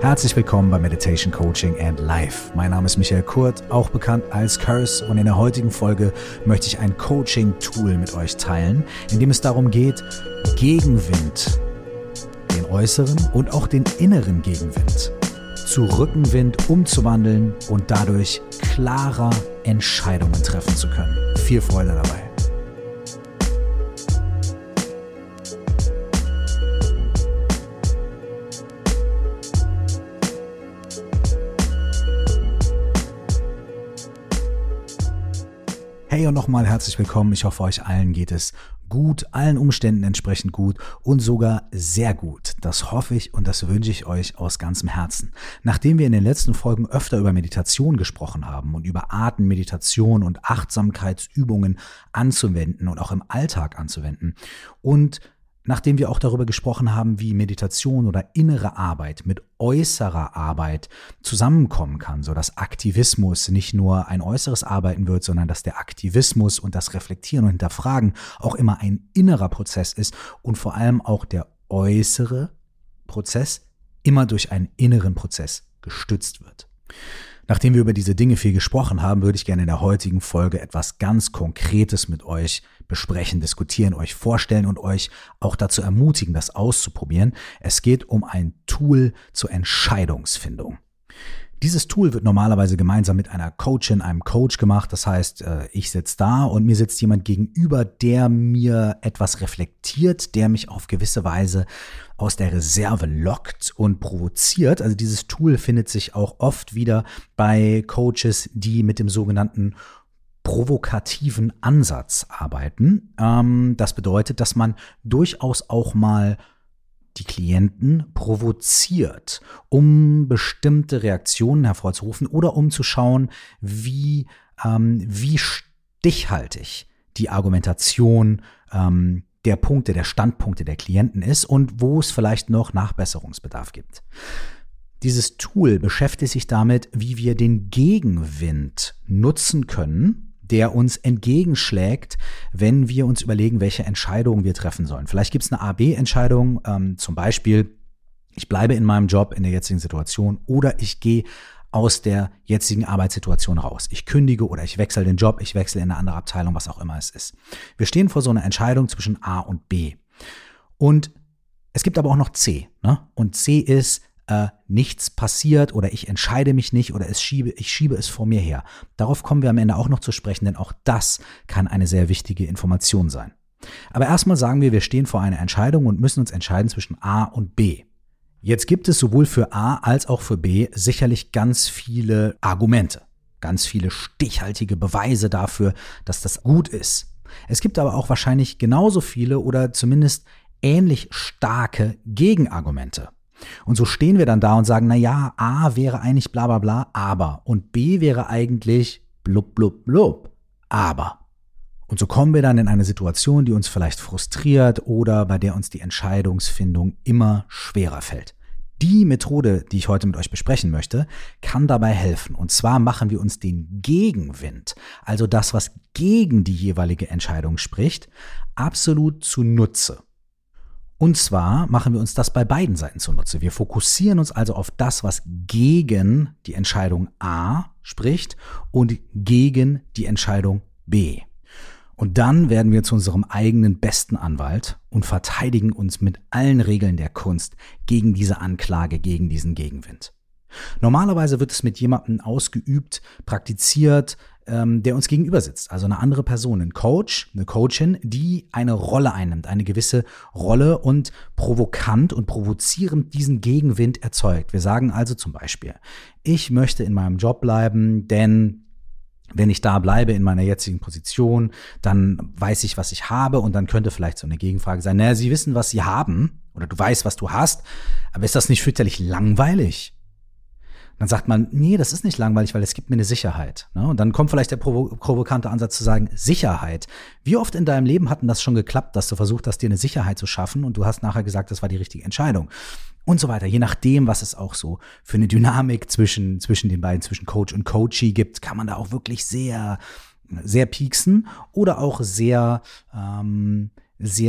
Herzlich willkommen bei Meditation Coaching and Life. Mein Name ist Michael Kurt, auch bekannt als Curse, und in der heutigen Folge möchte ich ein Coaching-Tool mit euch teilen, in dem es darum geht, Gegenwind, den äußeren und auch den inneren Gegenwind, zu Rückenwind umzuwandeln und dadurch klarer Entscheidungen treffen zu können. Viel Freude dabei. Hey und nochmal herzlich willkommen. Ich hoffe, euch allen geht es gut, allen Umständen entsprechend gut und sogar sehr gut. Das hoffe ich und das wünsche ich euch aus ganzem Herzen. Nachdem wir in den letzten Folgen öfter über Meditation gesprochen haben und über Arten, Meditation und Achtsamkeitsübungen anzuwenden und auch im Alltag anzuwenden, und nachdem wir auch darüber gesprochen haben, wie Meditation oder innere Arbeit mit äußerer Arbeit zusammenkommen kann, sodass Aktivismus nicht nur ein äußeres Arbeiten wird, sondern dass der Aktivismus und das Reflektieren und Hinterfragen auch immer ein innerer Prozess ist und vor allem auch der äußere Prozess immer durch einen inneren Prozess gestützt wird. Nachdem wir über diese Dinge viel gesprochen haben, würde ich gerne in der heutigen Folge etwas ganz Konkretes mit euch besprechen, diskutieren, euch vorstellen und euch auch dazu ermutigen, das auszuprobieren. Es geht um ein Tool zur Entscheidungsfindung. Dieses Tool wird normalerweise gemeinsam mit einer Coachin, einem Coach gemacht. Das heißt, ich sitze da und mir sitzt jemand gegenüber, der mir etwas reflektiert, der mich auf gewisse Weise aus der Reserve lockt und provoziert. Also dieses Tool findet sich auch oft wieder bei Coaches, die mit dem sogenannten provokativen Ansatz arbeiten. Das bedeutet, dass man durchaus auch mal die Klienten provoziert, um bestimmte Reaktionen hervorzurufen oder um zu schauen, wie stichhaltig die Argumentation der Punkte, der Standpunkte der Klienten ist und wo es vielleicht noch Nachbesserungsbedarf gibt. Dieses Tool beschäftigt sich damit, wie wir den Gegenwind nutzen können, der uns entgegenschlägt, wenn wir uns überlegen, welche Entscheidungen wir treffen sollen. Vielleicht gibt es eine A-B-Entscheidung, zum Beispiel, ich bleibe in meinem Job in der jetzigen Situation oder ich gehe aus der jetzigen Arbeitssituation raus. Ich kündige oder ich wechsle den Job, ich wechsle in eine andere Abteilung, was auch immer es ist. Wir stehen vor so einer Entscheidung zwischen A und B. Und es gibt aber auch noch C, ne? Und C ist, nichts passiert oder ich entscheide mich nicht oder ich schiebe es vor mir her. Darauf kommen wir am Ende auch noch zu sprechen, denn auch das kann eine sehr wichtige Information sein. Aber erstmal sagen wir stehen vor einer Entscheidung und müssen uns entscheiden zwischen A und B. Jetzt gibt es sowohl für A als auch für B sicherlich ganz viele Argumente, ganz viele stichhaltige Beweise dafür, dass das gut ist. Es gibt aber auch wahrscheinlich genauso viele oder zumindest ähnlich starke Gegenargumente. Und so stehen wir dann da und sagen, na ja, A wäre eigentlich bla bla bla, aber. Und B wäre eigentlich blub blub blub, aber. Und so kommen wir dann in eine Situation, die uns vielleicht frustriert oder bei der uns die Entscheidungsfindung immer schwerer fällt. Die Methode, die ich heute mit euch besprechen möchte, kann dabei helfen. Und zwar machen wir uns den Gegenwind, also das, was gegen die jeweilige Entscheidung spricht, absolut zunutze. Und zwar machen wir uns das bei beiden Seiten zunutze. Wir fokussieren uns also auf das, was gegen die Entscheidung A spricht und gegen die Entscheidung B. Und dann werden wir zu unserem eigenen besten Anwalt und verteidigen uns mit allen Regeln der Kunst gegen diese Anklage, gegen diesen Gegenwind. Normalerweise wird es mit jemandem ausgeübt, praktiziert, der uns gegenüber sitzt, also eine andere Person, ein Coach, eine Coachin, die eine Rolle einnimmt, eine gewisse Rolle und provokant und provozierend diesen Gegenwind erzeugt. Wir sagen also zum Beispiel, ich möchte in meinem Job bleiben, denn wenn ich da bleibe in meiner jetzigen Position, dann weiß ich, was ich habe, und dann könnte vielleicht so eine Gegenfrage sein, naja, Sie wissen, was Sie haben oder du weißt, was du hast, aber ist das nicht fürchterlich langweilig? Dann sagt man, nee, das ist nicht langweilig, weil es gibt mir eine Sicherheit. Ne? Und dann kommt vielleicht der provokante Ansatz zu sagen, Sicherheit. Wie oft in deinem Leben hat denn das schon geklappt, dass du versucht hast, dir eine Sicherheit zu schaffen und du hast nachher gesagt, das war die richtige Entscheidung? Und so weiter. Je nachdem, was es auch so für eine Dynamik zwischen den beiden, zwischen Coach und Coachee gibt, kann man da auch wirklich sehr, sehr pieksen oder auch sehr,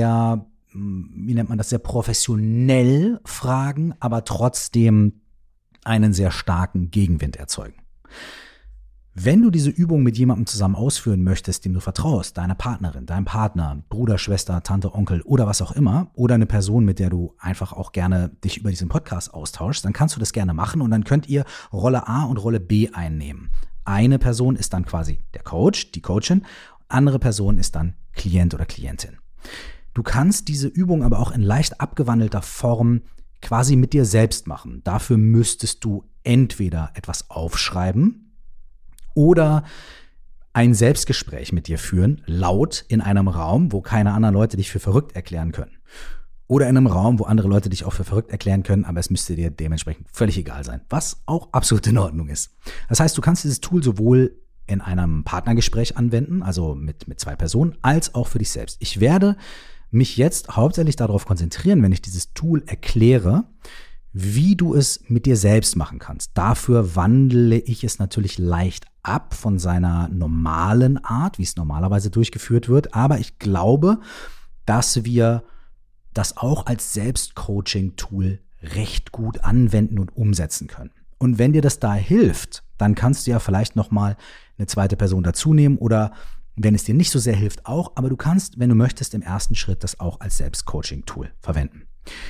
wie nennt man das, sehr professionell fragen, aber trotzdem einen sehr starken Gegenwind erzeugen. Wenn du diese Übung mit jemandem zusammen ausführen möchtest, dem du vertraust, deiner Partnerin, deinem Partner, Bruder, Schwester, Tante, Onkel oder was auch immer, oder eine Person, mit der du einfach auch gerne dich über diesen Podcast austauschst, dann kannst du das gerne machen und dann könnt ihr Rolle A und Rolle B einnehmen. Eine Person ist dann quasi der Coach, die Coachin, andere Person ist dann Klient oder Klientin. Du kannst diese Übung aber auch in leicht abgewandelter Form quasi mit dir selbst machen. Dafür müsstest du entweder etwas aufschreiben oder ein Selbstgespräch mit dir führen, laut in einem Raum, wo keine anderen Leute dich für verrückt erklären können. Oder in einem Raum, wo andere Leute dich auch für verrückt erklären können, aber es müsste dir dementsprechend völlig egal sein, was auch absolut in Ordnung ist. Das heißt, du kannst dieses Tool sowohl in einem Partnergespräch anwenden, also mit 2 Personen, als auch für dich selbst. Ich werde mich jetzt hauptsächlich darauf konzentrieren, wenn ich dieses Tool erkläre, wie du es mit dir selbst machen kannst. Dafür wandle ich es natürlich leicht ab von seiner normalen Art, wie es normalerweise durchgeführt wird. Aber ich glaube, dass wir das auch als Selbstcoaching-Tool recht gut anwenden und umsetzen können. Und wenn dir das da hilft, dann kannst du ja vielleicht nochmal eine zweite Person dazu nehmen oder wenn es dir nicht so sehr hilft auch, aber du kannst, wenn du möchtest, im ersten Schritt das auch als Selbstcoaching-Tool verwenden.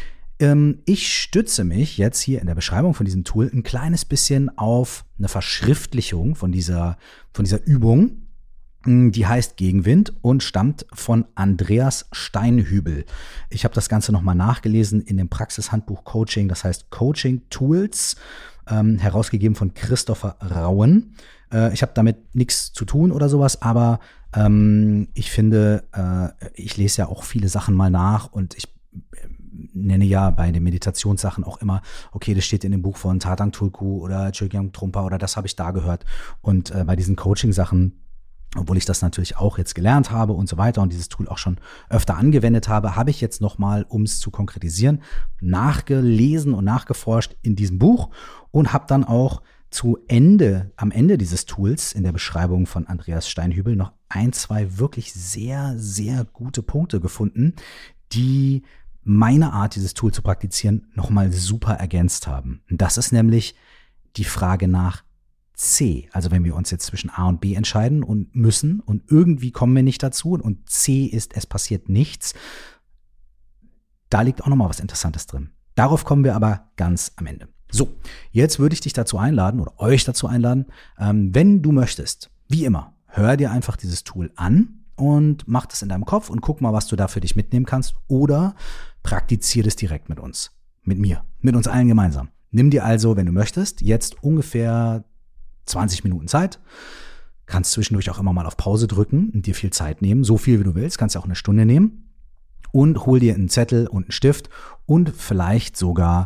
Ich stütze mich jetzt hier in der Beschreibung von diesem Tool ein kleines bisschen auf eine Verschriftlichung von dieser Übung. Die heißt Gegenwind und stammt von Andreas Steinhübel. Ich habe das Ganze nochmal nachgelesen in dem Praxishandbuch Coaching, das heißt Coaching Tools, herausgegeben von Christopher Rauen. Ich habe damit nichts zu tun oder sowas, aber ich finde, ich lese ja auch viele Sachen mal nach und ich nenne ja bei den Meditationssachen auch immer, okay, das steht in dem Buch von Tatang Tulku oder Chögyam Trungpa oder das habe ich da gehört. Und bei diesen Coaching-Sachen, obwohl ich das natürlich auch jetzt gelernt habe und so weiter und dieses Tool auch schon öfter angewendet habe, habe ich jetzt nochmal, um es zu konkretisieren, nachgelesen und nachgeforscht in diesem Buch und habe dann auch am Ende dieses Tools in der Beschreibung von Andreas Steinhübel noch 1, 2 wirklich sehr, sehr gute Punkte gefunden, die meine Art, dieses Tool zu praktizieren, nochmal super ergänzt haben. Das ist nämlich die Frage nach C. Also wenn wir uns jetzt zwischen A und B entscheiden und müssen und irgendwie kommen wir nicht dazu und C ist, es passiert nichts, da liegt auch nochmal was Interessantes drin. Darauf kommen wir aber ganz am Ende. So, jetzt würde ich dich dazu einladen oder euch dazu einladen, wenn du möchtest, wie immer, hör dir einfach dieses Tool an und mach das in deinem Kopf und guck mal, was du da für dich mitnehmen kannst oder praktiziere es direkt mit uns, mit mir, mit uns allen gemeinsam. Nimm dir also, wenn du möchtest, jetzt ungefähr 20 Minuten Zeit, kannst zwischendurch auch immer mal auf Pause drücken und dir viel Zeit nehmen, so viel wie du willst, kannst ja auch eine Stunde nehmen und hol dir einen Zettel und einen Stift und vielleicht sogar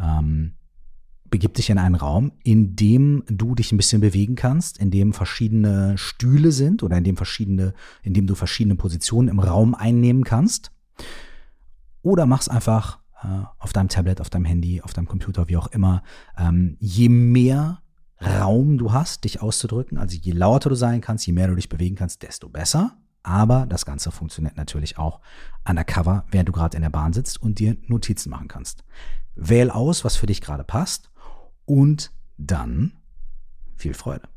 begib dich in einen Raum, in dem du dich ein bisschen bewegen kannst, in dem verschiedene Stühle sind oder in dem du verschiedene Positionen im Raum einnehmen kannst. Oder mach's einfach auf deinem Tablet, auf deinem Handy, auf deinem Computer, wie auch immer. Je mehr Raum du hast, dich auszudrücken, also je lauter du sein kannst, je mehr du dich bewegen kannst, desto besser. Aber das Ganze funktioniert natürlich auch undercover, während du gerade in der Bahn sitzt und dir Notizen machen kannst. Wähl aus, was für dich gerade passt und dann viel Freude.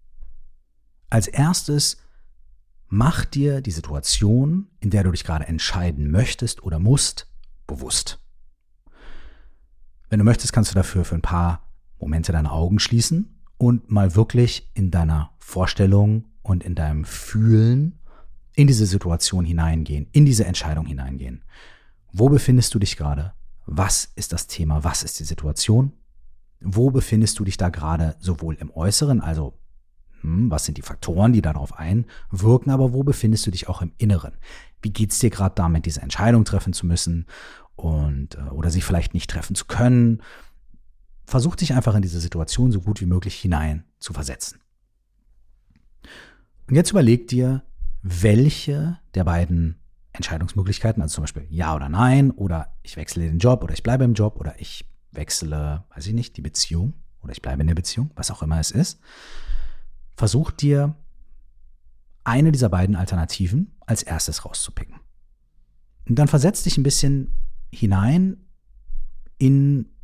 Als erstes mach dir die Situation, in der du dich gerade entscheiden möchtest oder musst, bewusst. Wenn du möchtest, kannst du dafür für ein paar Momente deine Augen schließen und mal wirklich in deiner Vorstellung und in deinem Fühlen in diese Situation hineingehen, in diese Entscheidung hineingehen. Wo befindest du dich gerade? Was ist das Thema? Was ist die Situation? Wo befindest du dich da gerade sowohl im Äußeren, also was sind die Faktoren, die darauf einwirken, aber wo befindest du dich auch im Inneren? Wie geht's dir gerade damit, diese Entscheidung treffen zu müssen oder sie vielleicht nicht treffen zu können? Versuch dich einfach in diese Situation so gut wie möglich hinein zu versetzen. Und jetzt überleg dir, welche der beiden Entscheidungsmöglichkeiten, also zum Beispiel Ja oder Nein oder ich wechsle den Job oder ich bleibe im Job oder ich wechsle, weiß ich nicht, die Beziehung oder ich bleibe in der Beziehung, was auch immer es ist. Versuch dir eine dieser beiden Alternativen als erstes rauszupicken. Und dann versetz dich ein bisschen hinein in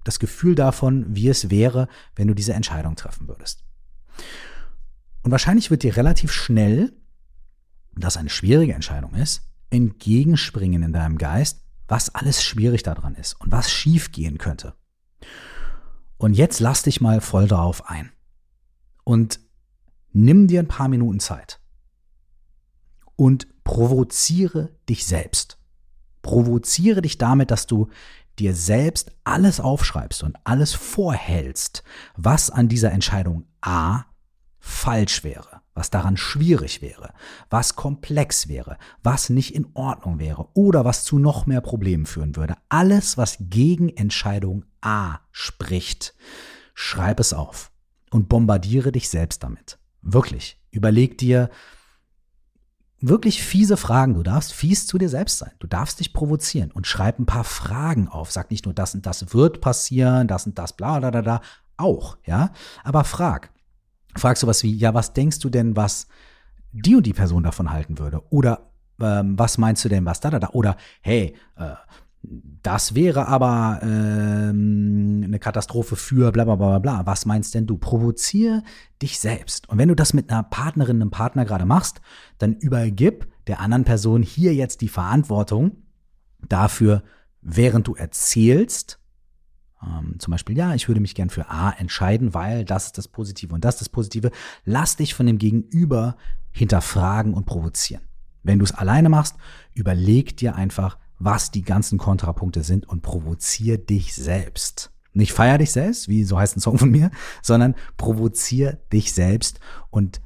das Gefühl davon, wie es wäre, wenn du diese Entscheidung treffen würdest. Und wahrscheinlich wird dir relativ schnell, dass eine schwierige Entscheidung ist, entgegenspringen in deinem Geist, was alles schwierig daran ist und was schief gehen könnte. Und jetzt lass dich mal voll darauf ein und nimm dir ein paar Minuten Zeit und provoziere dich selbst. Provoziere dich damit, dass du dir selbst alles aufschreibst und alles vorhältst, was an dieser Entscheidung A falsch wäre, was daran schwierig wäre, was komplex wäre, was nicht in Ordnung wäre oder was zu noch mehr Problemen führen würde. Alles, was gegen Entscheidung A spricht, schreib es auf und bombardiere dich selbst damit. Wirklich, überleg dir wirklich fiese Fragen. Du darfst fies zu dir selbst sein. Du darfst dich provozieren und schreib ein paar Fragen auf. Sag nicht nur, das und das wird passieren, das und das, bla, bla, bla, bla. Auch, ja. Aber frag sowas wie, ja, was denkst du denn, was die und die Person davon halten würde? Oder was meinst du denn, was da? Oder hey, das wäre aber eine Katastrophe für bla bla bla bla. Was meinst denn du? Provoziere dich selbst. Und wenn du das mit einer Partnerin, einem Partner gerade machst, dann übergib der anderen Person hier jetzt die Verantwortung dafür, während du erzählst, zum Beispiel, ja, ich würde mich gern für A entscheiden, weil das ist das Positive und das ist das Positive. Lass dich von dem Gegenüber hinterfragen und provozieren. Wenn du es alleine machst, überleg dir einfach, was die ganzen Kontrapunkte sind und provozier dich selbst. Nicht feier dich selbst, wie so heißt ein Song von mir, sondern provozier dich selbst und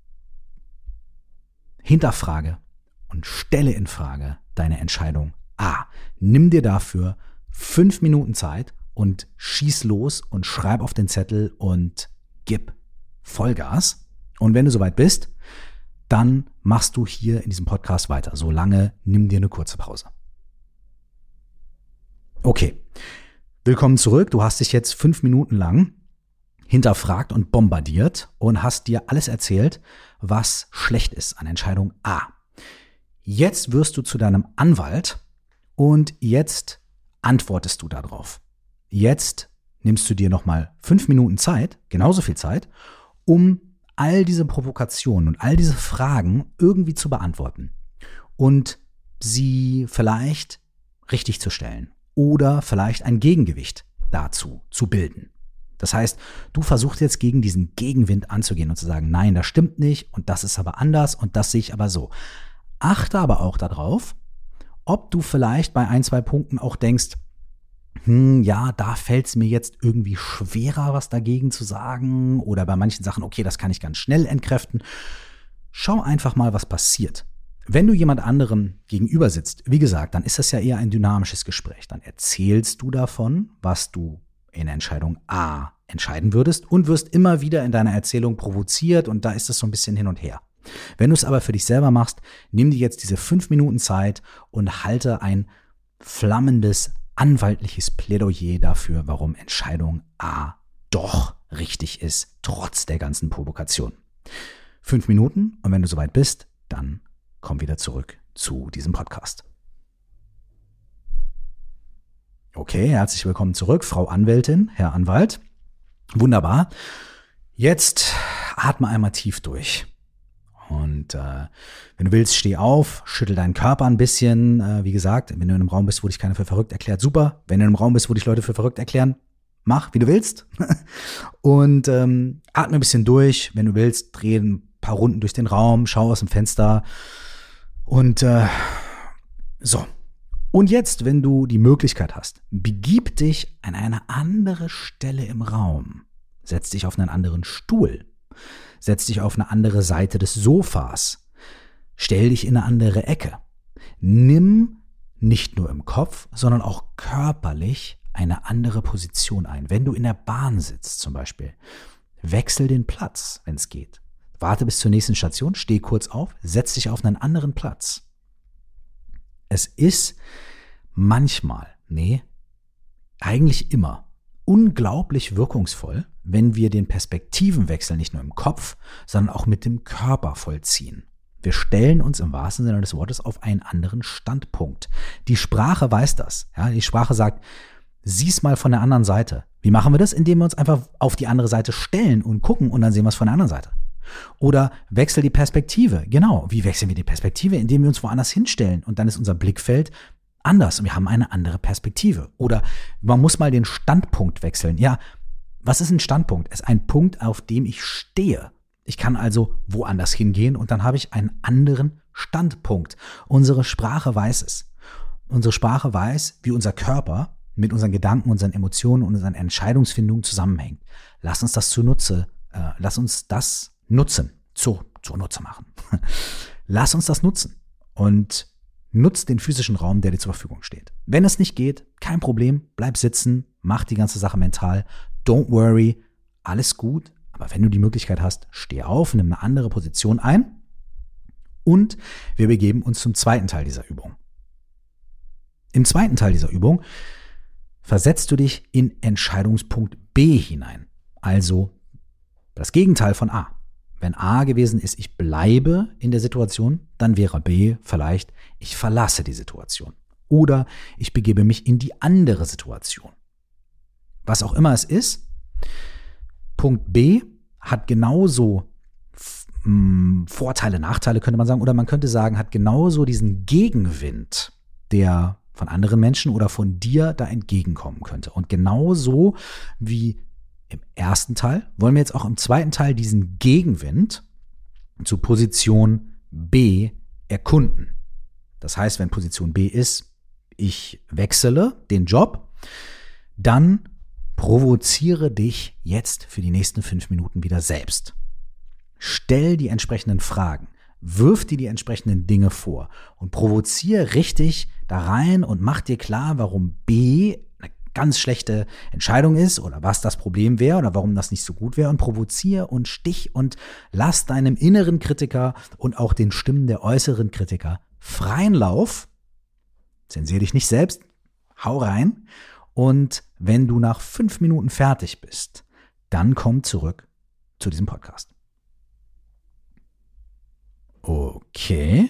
hinterfrage und stelle in Frage deine Entscheidung A. Nimm dir dafür 5 Minuten Zeit und schieß los und schreib auf den Zettel und gib Vollgas. Und wenn du soweit bist, dann machst du hier in diesem Podcast weiter. Solange nimm dir eine kurze Pause. Okay, willkommen zurück. Du hast dich jetzt 5 Minuten lang hinterfragt und bombardiert und hast dir alles erzählt, was schlecht ist an Entscheidung A. Jetzt wirst du zu deinem Anwalt und jetzt antwortest du darauf. Jetzt nimmst du dir nochmal 5 Minuten Zeit, genauso viel Zeit, um all diese Provokationen und all diese Fragen irgendwie zu beantworten und sie vielleicht richtig zu stellen oder vielleicht ein Gegengewicht dazu zu bilden. Das heißt, du versuchst jetzt gegen diesen Gegenwind anzugehen und zu sagen, nein, das stimmt nicht und das ist aber anders und das sehe ich aber so. Achte aber auch darauf, ob du vielleicht bei 1, 2 Punkten auch denkst, ja, da fällt es mir jetzt irgendwie schwerer, was dagegen zu sagen. Oder bei manchen Sachen, okay, das kann ich ganz schnell entkräften. Schau einfach mal, was passiert. Wenn du jemand anderem gegenüber sitzt, wie gesagt, dann ist das ja eher ein dynamisches Gespräch. Dann erzählst du davon, was du in Entscheidung A entscheiden würdest und wirst immer wieder in deiner Erzählung provoziert und da ist es so ein bisschen hin und her. Wenn du es aber für dich selber machst, nimm dir jetzt diese 5 Minuten Zeit und halte ein flammendes anwaltliches Plädoyer dafür, warum Entscheidung A doch richtig ist, trotz der ganzen Provokation. 5 Minuten und wenn du soweit bist, dann komm wieder zurück zu diesem Podcast. Okay, herzlich willkommen zurück, Frau Anwältin, Herr Anwalt. Wunderbar. Jetzt atme einmal tief durch. Und wenn du willst, steh auf, schüttel deinen Körper ein bisschen. Wie gesagt, wenn du in einem Raum bist, wo dich keiner für verrückt erklärt, super. Wenn du in einem Raum bist, wo dich Leute für verrückt erklären, mach, wie du willst. Und atme ein bisschen durch. Wenn du willst, dreh ein paar Runden durch den Raum, schau aus dem Fenster. Und so. Und jetzt, wenn du die Möglichkeit hast, begib dich an eine andere Stelle im Raum. Setz dich auf einen anderen Stuhl. Setz dich auf eine andere Seite des Sofas. Stell dich in eine andere Ecke. Nimm nicht nur im Kopf, sondern auch körperlich eine andere Position ein. Wenn du in der Bahn sitzt zum Beispiel, wechsel den Platz, wenn es geht. Warte bis zur nächsten Station, steh kurz auf, setz dich auf einen anderen Platz. Es ist manchmal, eigentlich immer, unglaublich wirkungsvoll, wenn wir den Perspektivenwechsel nicht nur im Kopf, sondern auch mit dem Körper vollziehen. Wir stellen uns im wahrsten Sinne des Wortes auf einen anderen Standpunkt. Die Sprache weiß das. Ja, die Sprache sagt, sieh's mal von der anderen Seite. Wie machen wir das? Indem wir uns einfach auf die andere Seite stellen und gucken und dann sehen wir es von der anderen Seite. Oder wechsel die Perspektive. Genau, wie wechseln wir die Perspektive? Indem wir uns woanders hinstellen und dann ist unser Blickfeld anders und wir haben eine andere Perspektive. Oder man muss mal den Standpunkt wechseln. Ja, was ist ein Standpunkt? Es ist ein Punkt, auf dem ich stehe. Ich kann also woanders hingehen und dann habe ich einen anderen Standpunkt. Unsere Sprache weiß es. Unsere Sprache weiß, wie unser Körper mit unseren Gedanken, unseren Emotionen und unseren Entscheidungsfindungen zusammenhängt. Lass uns das zunutze machen. Lass uns das nutzen und nutz den physischen Raum, der dir zur Verfügung steht. Wenn es nicht geht, kein Problem, bleib sitzen, mach die ganze Sache mental, don't worry, alles gut, aber wenn du die Möglichkeit hast, steh auf, nimm eine andere Position ein und wir begeben uns zum zweiten Teil dieser Übung. Im zweiten Teil dieser Übung versetzt du dich in Entscheidungspunkt B hinein, also das Gegenteil von A. Wenn A gewesen ist, ich bleibe in der Situation, dann wäre B vielleicht, ich verlasse die Situation. Oder ich begebe mich in die andere Situation. Was auch immer es ist, Punkt B hat genauso Vorteile, Nachteile könnte man sagen. Oder man könnte sagen, hat genauso diesen Gegenwind, der von anderen Menschen oder von dir da entgegenkommen könnte. Und genauso wie im ersten Teil wollen wir jetzt auch im zweiten Teil diesen Gegenwind zu Position B erkunden. Das heißt, wenn Position B ist, ich wechsle den Job, dann provoziere dich jetzt für die nächsten 5 Minuten wieder selbst. Stell die entsprechenden Fragen, wirf dir die entsprechenden Dinge vor und provoziere richtig da rein und mach dir klar, warum B eine ganz schlechte Entscheidung ist oder was das Problem wäre oder warum das nicht so gut wäre und provoziere und stich und lass deinem inneren Kritiker und auch den Stimmen der äußeren Kritiker freien Lauf. Zensier dich nicht selbst, hau rein und wenn du nach 5 Minuten fertig bist, dann komm zurück zu diesem Podcast. Okay.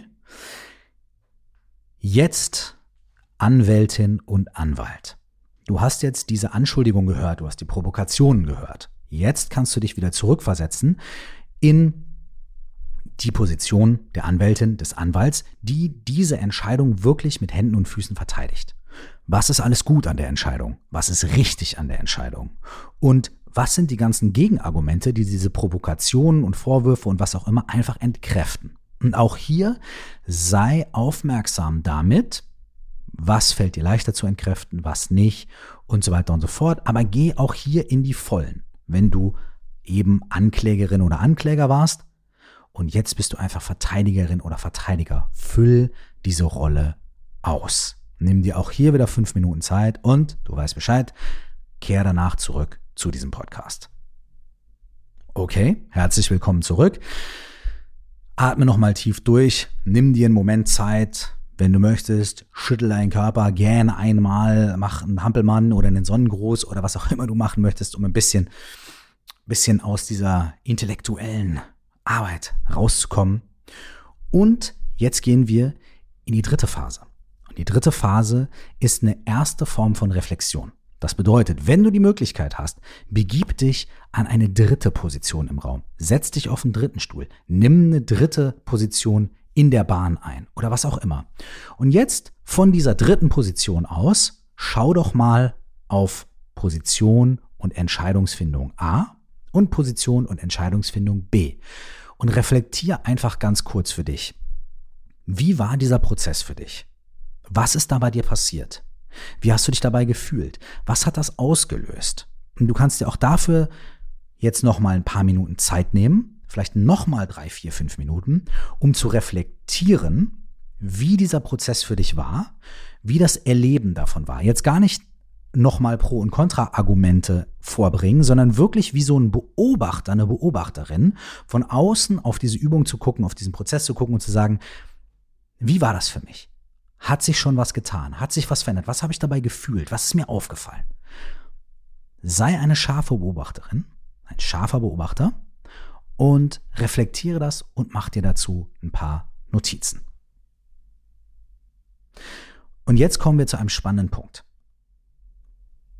Jetzt Anwältin und Anwalt. Du hast jetzt diese Anschuldigung gehört, du hast die Provokationen gehört. Jetzt kannst du dich wieder zurückversetzen in die Position der Anwältin, des Anwalts, die diese Entscheidung wirklich mit Händen und Füßen verteidigt. Was ist alles gut an der Entscheidung? Was ist richtig an der Entscheidung? Und was sind die ganzen Gegenargumente, die diese Provokationen und Vorwürfe und was auch immer einfach entkräften? Und auch hier sei aufmerksam damit, was fällt dir leichter zu entkräften, was nicht und so weiter und so fort. Aber geh auch hier in die Vollen, wenn du eben Anklägerin oder Ankläger warst und jetzt bist du einfach Verteidigerin oder Verteidiger. Füll diese Rolle aus. Nimm dir auch hier wieder 5 Minuten Zeit und du weißt Bescheid, kehr danach zurück zu diesem Podcast. Okay, herzlich willkommen zurück. Atme nochmal tief durch, nimm dir einen Moment Zeit. Wenn du möchtest, schüttel deinen Körper gerne einmal, mach einen Hampelmann oder einen Sonnengruß oder was auch immer du machen möchtest, um ein bisschen aus dieser intellektuellen Arbeit rauszukommen. Und jetzt gehen wir in die dritte Phase. Und die dritte Phase ist eine erste Form von Reflexion. Das bedeutet, wenn du die Möglichkeit hast, begib dich an eine dritte Position im Raum. Setz dich auf einen dritten Stuhl. Nimm eine dritte Position in der Bahn ein oder was auch immer. Und jetzt von dieser dritten Position aus, schau doch mal auf Position und Entscheidungsfindung A und Position und Entscheidungsfindung B. Und reflektier einfach ganz kurz für dich. Wie war dieser Prozess für dich? Was ist da bei dir passiert? Wie hast du dich dabei gefühlt? Was hat das ausgelöst? Und du kannst dir auch dafür jetzt noch mal ein paar Minuten Zeit nehmen, vielleicht noch mal 3, 4, 5 Minuten, um zu reflektieren, wie dieser Prozess für dich war, wie das Erleben davon war. Jetzt gar nicht noch mal Pro- und Kontra-Argumente vorbringen, sondern wirklich wie so ein Beobachter, eine Beobachterin, von außen auf diese Übung zu gucken, auf diesen Prozess zu gucken und zu sagen, wie war das für mich? Hat sich schon was getan? Hat sich was verändert? Was habe ich dabei gefühlt? Was ist mir aufgefallen? Sei eine scharfe Beobachterin, ein scharfer Beobachter und reflektiere das und mach dir dazu ein paar Notizen. Und jetzt kommen wir zu einem spannenden Punkt.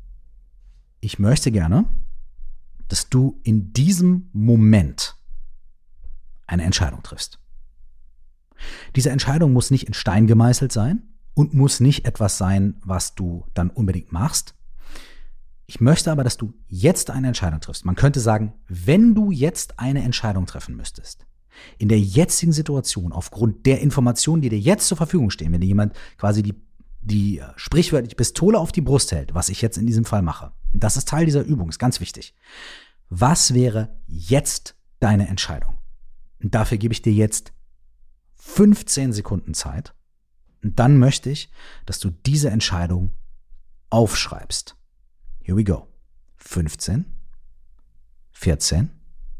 ich möchte gerne, dass du in diesem Moment eine Entscheidung triffst. Diese Entscheidung muss nicht in Stein gemeißelt sein und muss nicht etwas sein, was du dann unbedingt machst. Ich möchte aber, dass du jetzt eine Entscheidung triffst. Man könnte sagen, wenn du jetzt eine Entscheidung treffen müsstest, in der jetzigen Situation, aufgrund der Informationen, die dir jetzt zur Verfügung stehen, wenn dir jemand quasi die sprichwörtliche Pistole auf die Brust hält, was ich jetzt in diesem Fall mache, das ist Teil dieser Übung, ist ganz wichtig. Was wäre jetzt deine Entscheidung? Und dafür gebe ich dir jetzt 15 Sekunden Zeit. Und dann möchte ich, dass du diese Entscheidung aufschreibst. Here we go. 15, 14,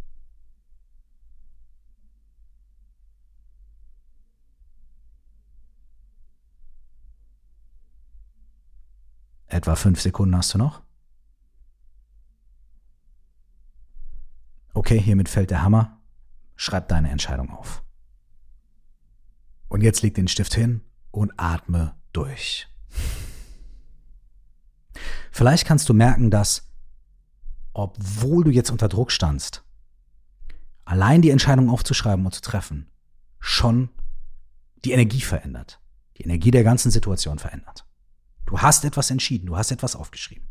etwa 5 Sekunden hast du noch. Okay, hiermit fällt der Hammer. Schreib deine Entscheidung auf. Und jetzt leg den Stift hin und atme durch. Vielleicht kannst du merken, dass, obwohl du jetzt unter Druck standst, allein die Entscheidung aufzuschreiben und zu treffen, schon die Energie verändert. Die Energie der ganzen Situation verändert. Du hast etwas entschieden, du hast etwas aufgeschrieben.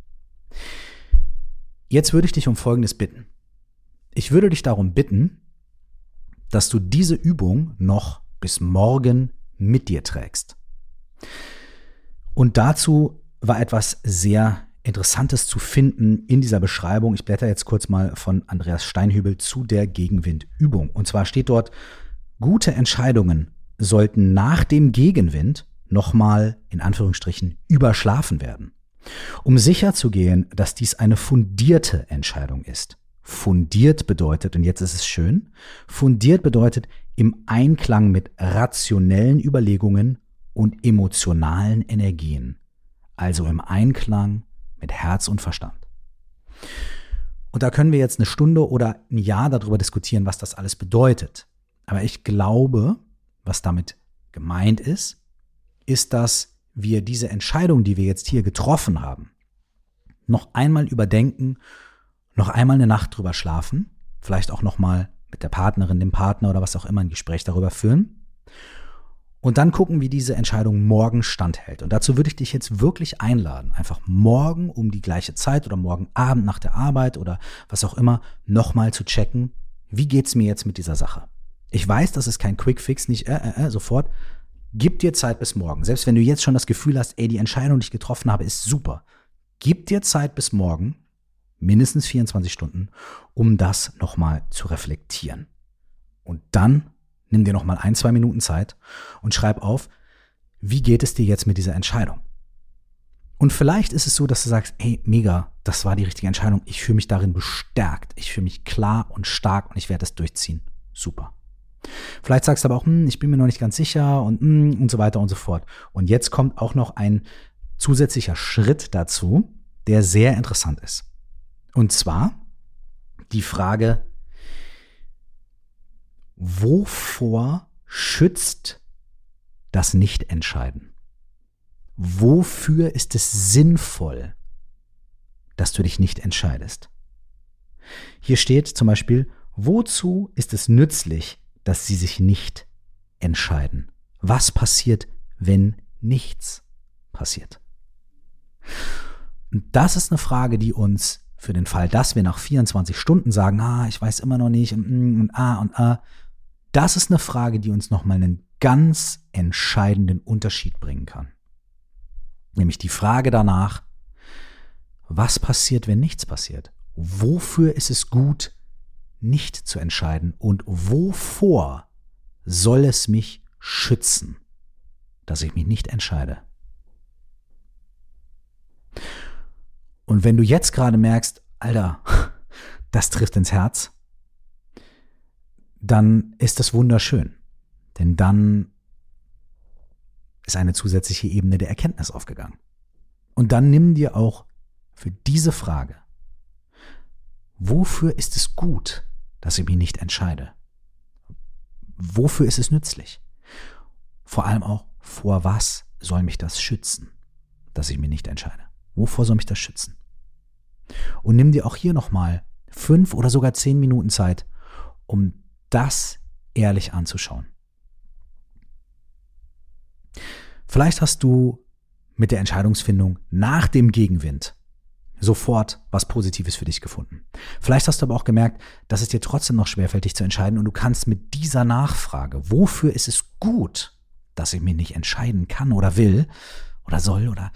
Jetzt würde ich dich um Folgendes bitten. Ich würde dich darum bitten, dass du diese Übung noch bis morgen mit dir trägst. Und dazu war etwas sehr Interessantes zu finden in dieser Beschreibung. Ich blätter jetzt kurz mal von Andreas Steinhübel zu der Gegenwindübung. Und zwar steht dort, gute Entscheidungen sollten nach dem Gegenwind nochmal, in Anführungsstrichen, überschlafen werden, um sicherzugehen, dass dies eine fundierte Entscheidung ist. Fundiert bedeutet, und jetzt ist es schön, fundiert bedeutet im Einklang mit rationellen Überlegungen und emotionalen Energien, also im Einklang mit Herz und Verstand. Und da können wir jetzt eine Stunde oder ein Jahr darüber diskutieren, was das alles bedeutet. Aber ich glaube, was damit gemeint ist, dass wir diese Entscheidung, die wir jetzt hier getroffen haben, noch einmal überdenken, noch einmal eine Nacht drüber schlafen, vielleicht auch noch mal mit der Partnerin, dem Partner oder was auch immer ein Gespräch darüber führen und dann gucken, wie diese Entscheidung morgen standhält. Und dazu würde ich dich jetzt wirklich einladen, einfach morgen um die gleiche Zeit oder morgen Abend nach der Arbeit oder was auch immer, nochmal zu checken, wie geht's mir jetzt mit dieser Sache? Ich weiß, das ist kein Quick-Fix, nicht sofort. Gib dir Zeit bis morgen. Selbst wenn du jetzt schon das Gefühl hast, die Entscheidung, die ich getroffen habe, ist super. Gib dir Zeit bis morgen, mindestens 24 Stunden, um das nochmal zu reflektieren. Und dann nimm dir nochmal 1-2 Minuten Zeit und schreib auf, wie geht es dir jetzt mit dieser Entscheidung? Und vielleicht ist es so, dass du sagst, mega, das war die richtige Entscheidung. Ich fühle mich darin bestärkt. Ich fühle mich klar und stark und ich werde es durchziehen. Super. Vielleicht sagst du aber auch, ich bin mir noch nicht ganz sicher und so weiter und so fort. Und jetzt kommt auch noch ein zusätzlicher Schritt dazu, der sehr interessant ist. Und zwar die Frage, wovor schützt das Nichtentscheiden? Wofür ist es sinnvoll, dass du dich nicht entscheidest? Hier steht zum Beispiel, wozu ist es nützlich, dass sie sich nicht entscheiden? Was passiert, wenn nichts passiert? Und das ist eine Frage, die uns für den Fall, dass wir nach 24 Stunden sagen, ich weiß immer noch nicht und das ist eine Frage, die uns nochmal einen ganz entscheidenden Unterschied bringen kann. Nämlich die Frage danach, was passiert, wenn nichts passiert? Wofür ist es gut, nicht zu entscheiden und wovor soll es mich schützen, dass ich mich nicht entscheide? Und wenn du jetzt gerade merkst, Alter, das trifft ins Herz, dann ist das wunderschön. Denn dann ist eine zusätzliche Ebene der Erkenntnis aufgegangen. Und dann nimm dir auch für diese Frage, wofür ist es gut, dass ich mich nicht entscheide? Wofür ist es nützlich? Vor allem auch, vor was soll mich das schützen, dass ich mich nicht entscheide? Wovor soll mich das schützen? Und nimm dir auch hier nochmal 5 oder sogar 10 Minuten Zeit, um das ehrlich anzuschauen. Vielleicht hast du mit der Entscheidungsfindung nach dem Gegenwind sofort was Positives für dich gefunden. Vielleicht hast du aber auch gemerkt, dass es dir trotzdem noch schwerfällt, dich zu entscheiden, und du kannst mit dieser Nachfrage, wofür ist es gut, dass ich mich nicht entscheiden kann oder will oder soll, oder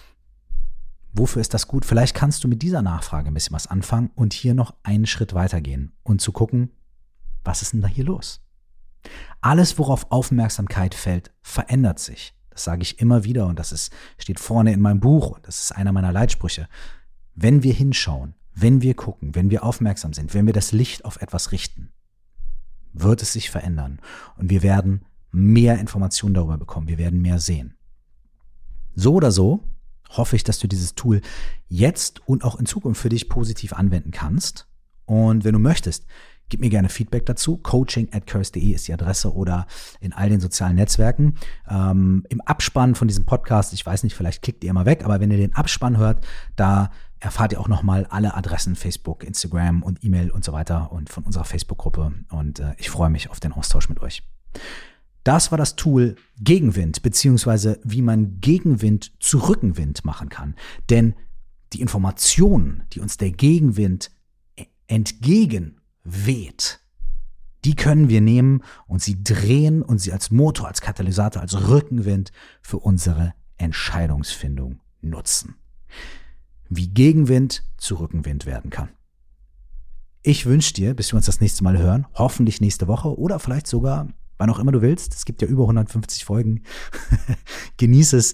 wofür ist das gut? Vielleicht kannst du mit dieser Nachfrage ein bisschen was anfangen und hier noch einen Schritt weitergehen und zu gucken, was ist denn da hier los? Alles, worauf Aufmerksamkeit fällt, verändert sich. Das sage ich immer wieder, und das steht vorne in meinem Buch, und das ist einer meiner Leitsprüche. Wenn wir hinschauen, wenn wir gucken, wenn wir aufmerksam sind, wenn wir das Licht auf etwas richten, wird es sich verändern und wir werden mehr Informationen darüber bekommen, wir werden mehr sehen. So oder so hoffe ich, dass du dieses Tool jetzt und auch in Zukunft für dich positiv anwenden kannst. Und wenn du möchtest, gib mir gerne Feedback dazu. coaching@curse.de ist die Adresse, oder in all den sozialen Netzwerken. Im Abspann von diesem Podcast, ich weiß nicht, vielleicht klickt ihr immer weg, aber wenn ihr den Abspann hört, da erfahrt ihr auch nochmal alle Adressen, Facebook, Instagram und E-Mail und so weiter, und von unserer Facebook-Gruppe. Und ich freue mich auf den Austausch mit euch. Das war das Tool Gegenwind, beziehungsweise wie man Gegenwind zu Rückenwind machen kann. Denn die Informationen, die uns der Gegenwind entgegenweht, die können wir nehmen und sie drehen und sie als Motor, als Katalysator, als Rückenwind für unsere Entscheidungsfindung nutzen. Wie Gegenwind zu Rückenwind werden kann. Ich wünsche dir, bis wir uns das nächste Mal hören, hoffentlich nächste Woche oder vielleicht sogar wann auch immer du willst. Es gibt ja über 150 Folgen. Genieß es.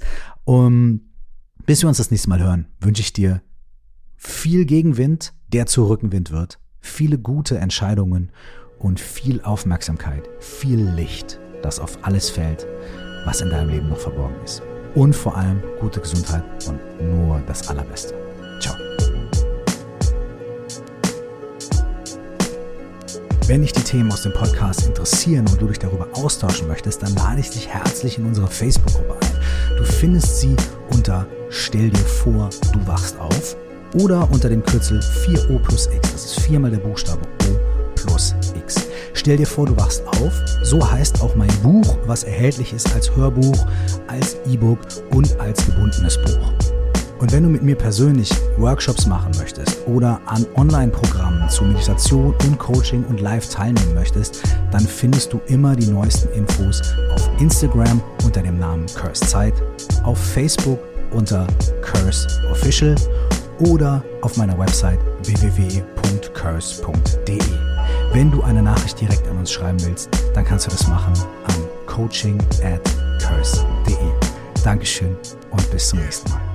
Bis wir uns das nächste Mal hören, wünsche ich dir viel Gegenwind, der zu Rückenwind wird, viele gute Entscheidungen und viel Aufmerksamkeit, viel Licht, das auf alles fällt, was in deinem Leben noch verborgen ist. Und vor allem gute Gesundheit und nur das Allerbeste. Ciao. Wenn dich die Themen aus dem Podcast interessieren und du dich darüber austauschen möchtest, dann lade ich dich herzlich in unsere Facebook-Gruppe ein. Du findest sie unter Stell dir vor, du wachst auf oder unter dem Kürzel 4O plus X. Das ist 4 mal der Buchstabe O plus X. Stell dir vor, du wachst auf. So heißt auch mein Buch, was erhältlich ist als Hörbuch, als E-Book und als gebundenes Buch. Und wenn du mit mir persönlich Workshops machen möchtest oder an Online-Programmen zu Meditation und Coaching und Live teilnehmen möchtest, dann findest du immer die neuesten Infos auf Instagram unter dem Namen Curse Zeit, auf Facebook unter Curse Official oder auf meiner Website www.curse.de. Wenn du eine Nachricht direkt an uns schreiben willst, dann kannst du das machen an coaching@curse.de. Dankeschön und bis zum nächsten Mal.